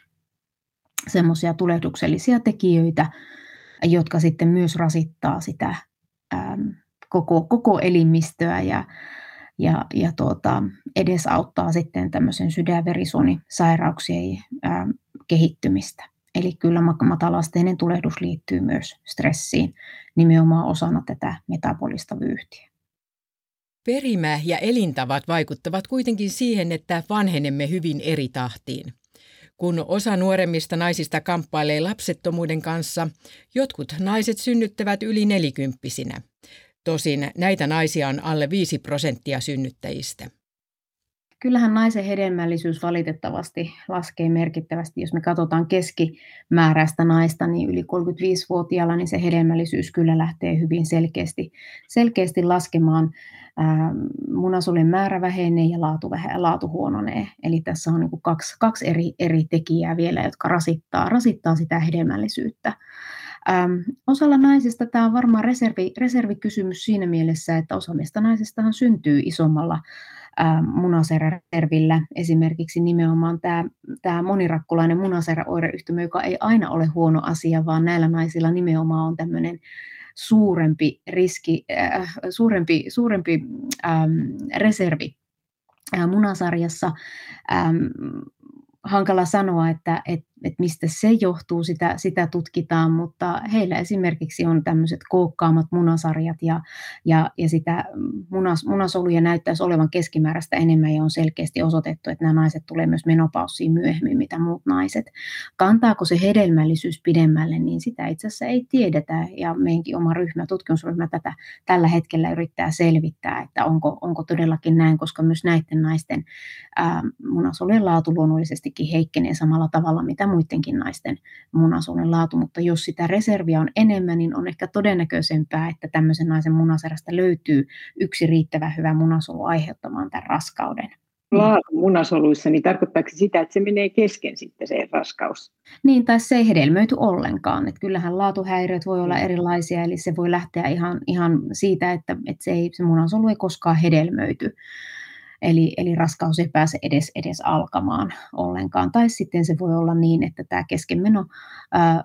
semmoisia tulehduksellisia tekijöitä, jotka sitten myös rasittaa sitä ähm, koko, koko elimistöä ja Ja, ja tuota, edesauttaa sitten tämmöisen sydänverisuonisairauksien ää, kehittymistä. Eli kyllä matalasteinen tulehdus liittyy myös stressiin nimenomaan osana tätä metabolista vyyhtiä. Perimä ja elintavat vaikuttavat kuitenkin siihen, että vanhenemme hyvin eri tahtiin. Kun osa nuoremmista naisista kamppailee lapsettomuuden kanssa, jotkut naiset synnyttävät yli nelikymppisinä. Tosin näitä naisia on alle viisi prosenttia synnyttäjistä. Kyllähän naisen hedelmällisyys valitettavasti laskee merkittävästi. Jos me katsotaan keskimääräistä naista, niin yli kolmekymmentäviisivuotiaalla niin se hedelmällisyys kyllä lähtee hyvin selkeästi, selkeästi laskemaan. Ää, munasolujen määrä vähenee ja laatu, laatu huononee. Eli tässä on niin kuin kaksi, kaksi eri, eri tekijää vielä, jotka rasittaa, rasittaa sitä hedelmällisyyttä. Ähm, osalla naisista tämä on varmaan reservi, reservikysymys siinä mielessä, että osa meistä naisistahan syntyy isommalla ähm, munasäräreservillä. Esimerkiksi nimenomaan tämä, tämä monirakkulainen munasäräoireyhtymä, joka ei aina ole huono asia, vaan näillä naisilla nimenomaan on tämmöinen suurempi riski, äh, suurempi, suurempi ähm, reservi äh, munasarjassa. Ähm, hankala sanoa, että et, et mistä se johtuu, sitä, sitä tutkitaan, mutta heillä esimerkiksi on tämmöiset kookkaammat munasarjat ja, ja, ja sitä munas, munasoluja näyttäisi olevan keskimääräistä enemmän ja on selkeästi osoitettu, että nämä naiset tulee myös menopaussiin myöhemmin, mitä muut naiset. Kantaako se hedelmällisyys pidemmälle, niin sitä itse asiassa ei tiedetä ja meidänkin oma ryhmä, tutkimusryhmä tätä tällä hetkellä yrittää selvittää, että onko, onko todellakin näin, koska myös näiden naisten ää, munasolujen laatu luonnollisestikin heikkenee samalla tavalla, mitä muidenkin naisten munasolujen laatu, mutta jos sitä reserviä on enemmän, niin on ehkä todennäköisempää, että tämmöisen naisen munasärästä löytyy yksi riittävän hyvä munasolu aiheuttamaan tämän raskauden. Laatu munasoluissa, niin tarkoittaako sitä, että se menee kesken sitten se raskaus? Niin, tai se ei hedelmöity ollenkaan. Että kyllähän laatuhäiriöt voi olla erilaisia, eli se voi lähteä ihan, ihan siitä, että, että se, ei, se munasolu ei koskaan hedelmöity. Eli, eli raskaus ei pääse edes, edes alkamaan ollenkaan. Tai sitten se voi olla niin, että tämä keskenmeno ää,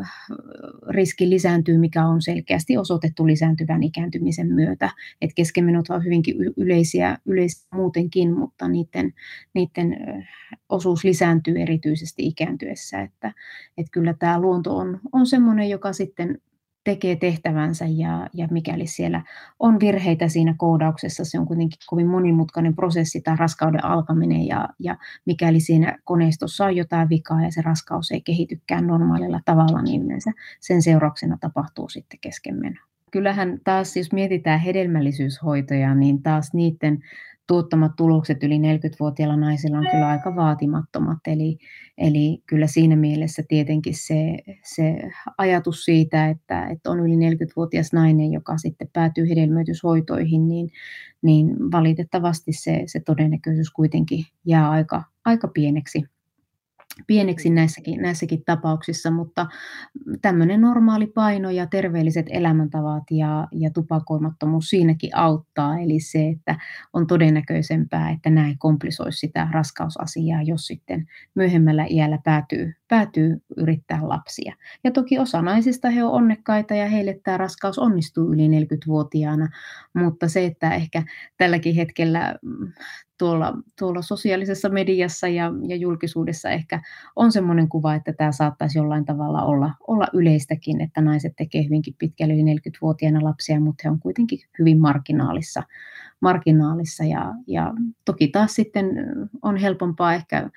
riski lisääntyy, mikä on selkeästi osoitettu lisääntyvän ikääntymisen myötä. Et keskenmenot on hyvinkin yleisiä, yleisiä muutenkin, mutta niiden, niiden osuus lisääntyy erityisesti ikääntyessä. Että, et kyllä tämä luonto on, on sellainen, joka sitten tekee tehtävänsä ja, ja mikäli siellä on virheitä siinä koodauksessa, se on kuitenkin kovin monimutkainen prosessi tai raskauden alkaminen ja, ja mikäli siinä koneistossa on jotain vikaa ja se raskaus ei kehitykään normaalilla tavalla, niin yleensä sen seurauksena tapahtuu sitten keskenmeno. Kyllähän taas, jos mietitään hedelmällisyyshoitoja, niin taas niiden tuottamat tulokset yli neljäkymmentävuotiailla naisilla on kyllä aika vaatimattomat. Eli, eli kyllä siinä mielessä tietenkin se, se ajatus siitä, että, että on yli neljäkymmentävuotias nainen, joka sitten päätyy hedelmöityshoitoihin, niin, niin valitettavasti se, se todennäköisyys kuitenkin jää aika, aika pieneksi. pieneksi näissäkin, näissäkin tapauksissa, mutta tämmöinen normaali paino ja terveelliset elämäntavat ja, ja tupakoimattomuus siinäkin auttaa, eli se, että on todennäköisempää, että näin komplisoisi sitä raskausasiaa, jos sitten myöhemmällä iällä päätyy, päätyy yrittää lapsia. Ja toki osa naisista he on onnekkaita ja heille tämä raskaus onnistuu yli neljäkymmentävuotiaana, mutta se, että ehkä tälläkin hetkellä Tuolla, tuolla sosiaalisessa mediassa ja, ja julkisuudessa ehkä on semmoinen kuva, että tämä saattaisi jollain tavalla olla, olla yleistäkin, että naiset tekee hyvinkin pitkälle yli neljäkymmentävuotiaana lapsia, mutta he on kuitenkin hyvin marginaalissa, marginaalissa ja, ja toki taas sitten on helpompaa ehkä,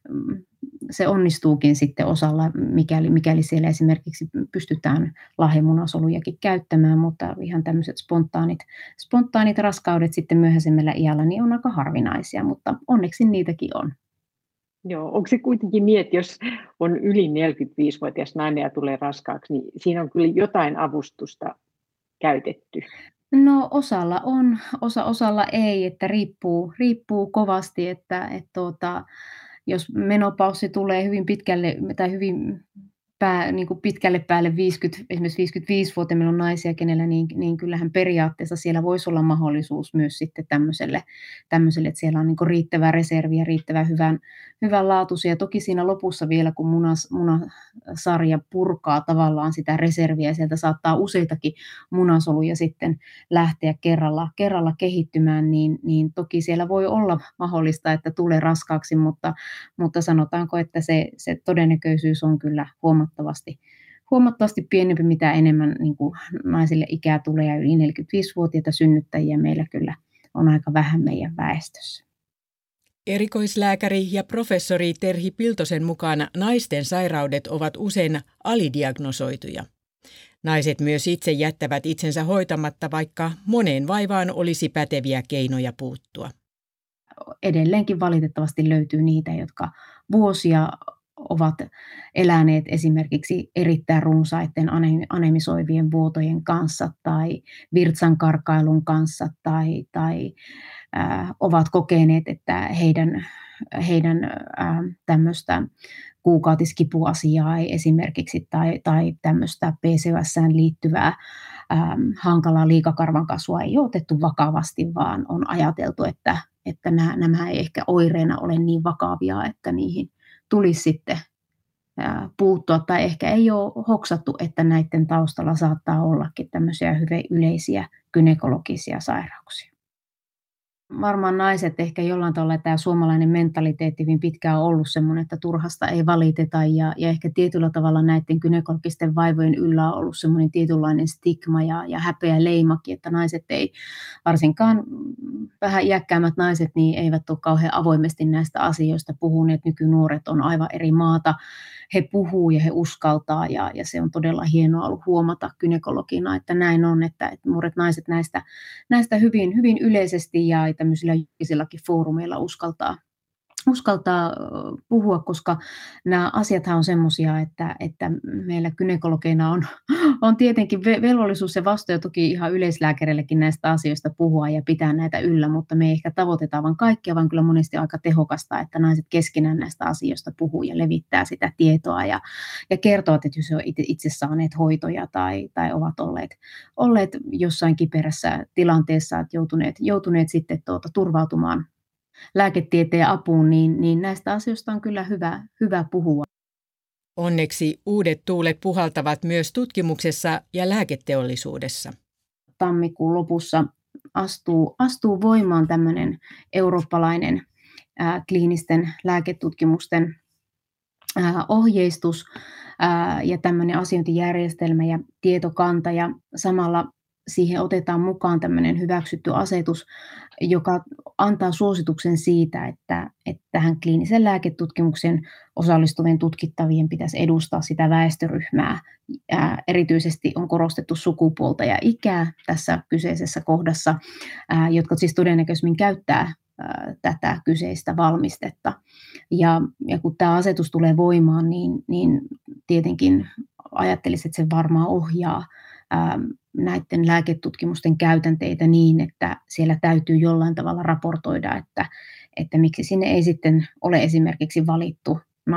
se onnistuukin sitten osalla, mikäli, mikäli siellä esimerkiksi pystytään lahjemunasolujakin käyttämään, mutta ihan tämmöiset spontaanit, spontaanit raskaudet sitten myöhäisemmällä iällä niin on aika harvinaisia, mutta onneksi niitäkin on. Joo, onko se kuitenkin niin, että jos on yli neljäkymmentäviisivuotias nainen ja tulee raskaaksi, niin siinä on kyllä jotain avustusta käytetty? No osalla on, osa, osalla ei, että riippuu, riippuu kovasti, että, että tuota, jos menopaussi tulee hyvin pitkälle tai hyvin pää, niin kuin pitkälle päälle viisikymmentä, esimerkiksi viisikymmentäviisivuotiailla meillä on naisia, kenellä niin, niin kyllähän periaatteessa siellä voisi olla mahdollisuus myös sitten tämmöiselle, tämmöiselle että siellä on niin kuin riittävää reserviä ja riittävän hyvän, hyvänlaatuisia. Toki siinä lopussa vielä, kun munas, munasarja purkaa tavallaan sitä reserviä, sieltä saattaa useitakin munasoluja sitten lähteä kerralla, kerralla kehittymään, niin, niin toki siellä voi olla mahdollista, että tulee raskaaksi, mutta, mutta sanotaanko, että se, se todennäköisyys on kyllä huomattavasti, huomattavasti pienempi, mitä enemmän niin kuin naisille ikää tulee ja yli neljäkymmentäviisivuotiaita synnyttäjiä meillä kyllä on aika vähän meidän väestössä. Erikoislääkäri ja professori Terhi Piltosen mukaan naisten sairaudet ovat usein alidiagnosoituja. Naiset myös itse jättävät itsensä hoitamatta, vaikka moneen vaivaan olisi päteviä keinoja puuttua. edelleenkin valitettavasti löytyy niitä, jotka vuosia ovat eläneet esimerkiksi erittäin runsaiden anemisoivien vuotojen kanssa tai virtsankarkailun kanssa tai, tai äh, ovat kokeneet, että heidän, heidän äh, tämmöistä kuukautiskipuasiaa ei esimerkiksi tai, tai tämmöistä P C O S:ään liittyvää ähm, hankalaa liikakarvan kasvua ei ole otettu vakavasti, vaan on ajateltu, että, että nämä, nämä ei ehkä oireena ole niin vakavia, että niihin tulisi sitten puuttua, tai ehkä ei ole hoksattu, että näiden taustalla saattaa ollakin tämmöisiä hyvin yleisiä gynekologisia sairauksia. Varmaan naiset ehkä jollain tavalla tämä suomalainen mentaliteetti hyvin pitkään on ollut semmoinen, että turhasta ei valiteta ja, ja ehkä tietyllä tavalla näiden gynekologisten vaivojen yllä on ollut semmoinen tietynlainen stigma ja, ja häpeä leimakin, että naiset ei, varsinkaan vähän iäkkäämmät naiset, niin eivät ole kauhean avoimesti näistä asioista puhuneet. Nykynuoret on aivan eri maata. He puhuu ja he uskaltaa ja, ja se on todella hienoa ollut huomata gynekologina, että näin on, että, että nuoret naiset näistä, näistä hyvin, hyvin yleisesti ja tämmöisillä julkisillakin foorumeilla uskaltaa, uskaltaa puhua, koska nämä asiathan on semmoisia, että, että meillä gynekologeina on, on tietenkin velvollisuus ja vastuu ja toki ihan yleislääkärillekin näistä asioista puhua ja pitää näitä yllä, mutta me ei ehkä tavoiteta vaan kaikkia, vaan kyllä monesti aika tehokasta, että naiset keskenään näistä asioista puhuu ja levittää sitä tietoa ja, ja kertoo, että jos on itse, itse saaneet hoitoja tai, tai ovat olleet, olleet jossain kiperässä tilanteessa, että joutuneet, joutuneet sitten tuota, turvautumaan lääketieteen apuun, niin, niin näistä asioista on kyllä hyvä, hyvä puhua. Onneksi uudet tuulet puhaltavat myös tutkimuksessa ja lääketeollisuudessa. Tammikuun lopussa astuu, astuu voimaan tämmöinen eurooppalainen ää, kliinisten lääketutkimusten ää, ohjeistus ää, ja tämmöinen asiointijärjestelmä ja tietokanta ja samalla siihen otetaan mukaan tämmöinen hyväksytty asetus, joka antaa suosituksen siitä, että, että tähän kliinisen lääketutkimuksen osallistuvien tutkittavien pitäisi edustaa sitä väestöryhmää. Ää, erityisesti on korostettu sukupuolta ja ikää tässä kyseisessä kohdassa, ää, jotka siis todennäköisemmin käyttää ää, tätä kyseistä valmistetta. Ja, ja kun tämä asetus tulee voimaan, niin, niin tietenkin ajattelisin, että se varmaan ohjaa näiden lääketutkimusten käytänteitä niin, että siellä täytyy jollain tavalla raportoida, että, että miksi sinne ei sitten ole esimerkiksi valittu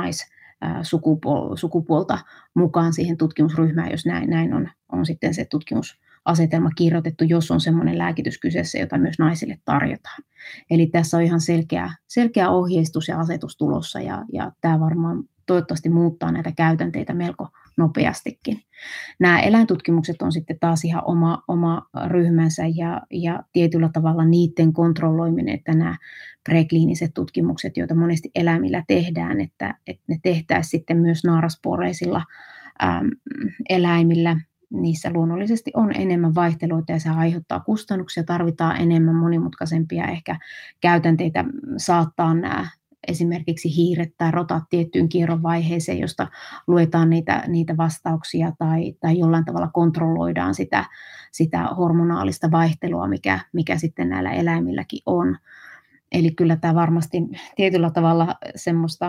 naissukupuolta mukaan siihen tutkimusryhmään, jos näin, näin on, on sitten se tutkimusasetelma kirjoitettu, jos on semmoinen lääkitys kyseessä, jota myös naisille tarjotaan. Eli tässä on ihan selkeä, selkeä ohjeistus ja asetus tulossa ja, ja tämä varmaan toivottavasti muuttaa näitä käytänteitä melko nopeastikin. Nämä eläintutkimukset on sitten taas ihan oma, oma ryhmänsä ja, ja tietyllä tavalla niiden kontrolloiminen, että nämä prekliiniset tutkimukset, joita monesti eläimillä tehdään, että, että ne tehtäisiin sitten myös naarasporeisilla äm, eläimillä. Niissä luonnollisesti on enemmän vaihteluita ja se aiheuttaa kustannuksia, tarvitaan enemmän monimutkaisempia ehkä käytänteitä saattaa nämä esimerkiksi hiiret tai rotat tiettyyn kierron vaiheeseen, josta luetaan niitä, niitä vastauksia tai, tai jollain tavalla kontrolloidaan sitä, sitä hormonaalista vaihtelua, mikä, mikä sitten näillä eläimilläkin on. Eli kyllä tämä varmasti tietyllä tavalla semmoista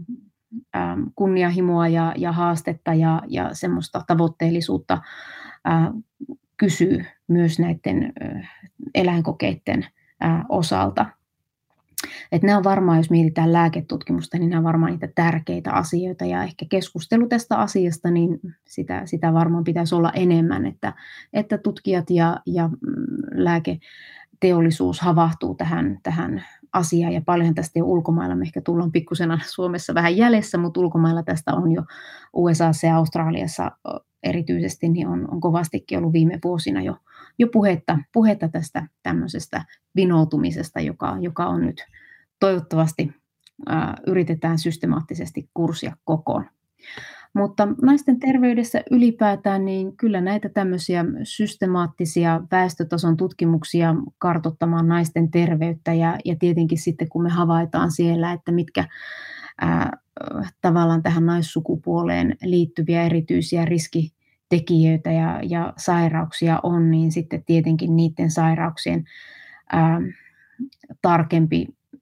ähm, kunnianhimoa ja, ja haastetta ja, ja semmoista tavoitteellisuutta äh, kysyy myös näiden äh, eläinkokeiden äh, osalta. Että nämä on varmaan, jos mietitään lääketutkimusta, niin nämä on varmaan niitä tärkeitä asioita ja ehkä keskustelu tästä asiasta, niin sitä, sitä varmaan pitäisi olla enemmän, että, että tutkijat ja, ja lääketeollisuus havahtuu tähän, tähän asiaan ja paljon tästä jo ulkomailla, me ehkä tullaan pikkusena Suomessa vähän jäljessä, mutta ulkomailla tästä on jo U S A:ssa ja Australiassa erityisesti, niin on, on kovastikin ollut viime vuosina jo, jo puhetta, puhetta tästä tämmöisestä vinoutumisesta, joka, joka on nyt toivottavasti ää, yritetään systemaattisesti kurssia kokoon. Mutta naisten terveydessä ylipäätään, niin kyllä näitä tämmöisiä systemaattisia väestötason tutkimuksia kartoittamaan naisten terveyttä ja, ja tietenkin sitten kun me havaitaan siellä, että mitkä ää, tavallaan tähän naissukupuoleen liittyviä erityisiä riskitekijöitä ja, ja sairauksia on, niin sitten tietenkin niiden sairauksien ää, tarkempi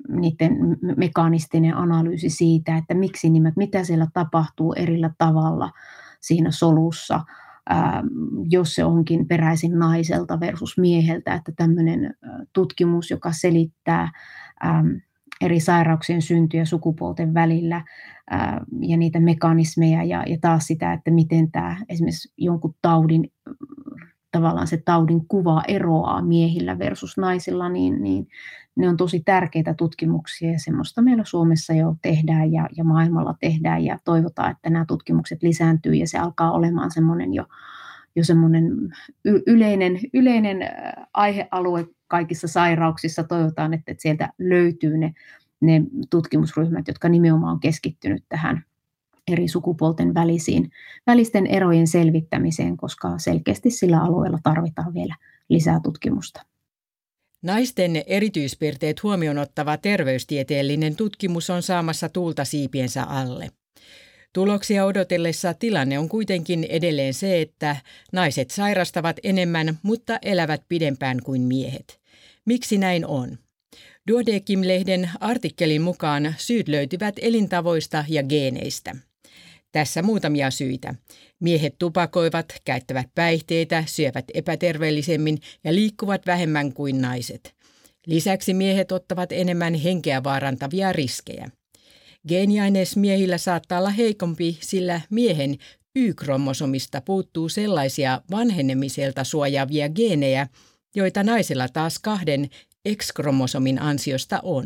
niiden mekaanistinen analyysi siitä, että miksi nimet, mitä siellä tapahtuu erillä tavalla siinä solussa, ää, jos se onkin peräisin naiselta versus mieheltä, että tämmöinen tutkimus, joka selittää ää, eri sairauksien syntyjä sukupuolten välillä ää, ja niitä mekanismeja ja, ja taas sitä, että miten tämä esimerkiksi jonkun taudin, tavallaan se taudin kuva eroaa miehillä versus naisilla, niin, niin ne on tosi tärkeitä tutkimuksia ja semmoista meillä Suomessa jo tehdään ja, ja maailmalla tehdään ja toivotaan, että nämä tutkimukset lisääntyy ja se alkaa olemaan semmoinen jo, jo semmoinen yleinen, yleinen aihealue kaikissa sairauksissa. Toivotaan, että, että sieltä löytyy ne, ne tutkimusryhmät, jotka nimenomaan on keskittynyt tähän eri sukupuolten välisiin, välisten erojen selvittämiseen, koska selkeästi sillä alueella tarvitaan vielä lisää tutkimusta. Naisten erityispiirteet huomioon ottava terveystieteellinen tutkimus on saamassa tuulta siipiensä alle. Tuloksia odotellessa tilanne on kuitenkin edelleen se, että naiset sairastavat enemmän, mutta elävät pidempään kuin miehet. Miksi näin on? Duodeckim-lehden artikkelin mukaan syyt löytyvät elintavoista ja geeneistä. Tässä muutamia syitä. Miehet tupakoivat, käyttävät päihteitä, syövät epäterveellisemmin ja liikkuvat vähemmän kuin naiset. Lisäksi miehet ottavat enemmän henkeä vaarantavia riskejä. Geeniaines miehillä saattaa olla heikompi, sillä miehen Y-kromosomista puuttuu sellaisia vanhenemiselta suojaavia geenejä, joita naisilla taas kahden X-kromosomin ansiosta on.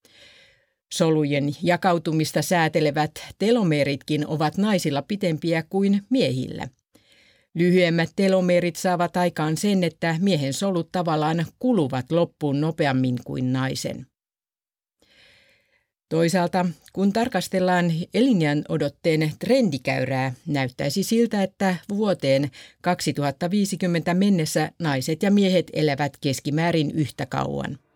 Solujen jakautumista säätelevät telomeeritkin ovat naisilla pitempiä kuin miehillä. Lyhyemmät telomeerit saavat aikaan sen, että miehen solut tavallaan kuluvat loppuun nopeammin kuin naisen. Toisaalta, kun tarkastellaan elinjään odotteen trendikäyrää, näyttäisi siltä, että vuoteen kaksituhattaviisikymmentä mennessä naiset ja miehet elävät keskimäärin yhtä kauan.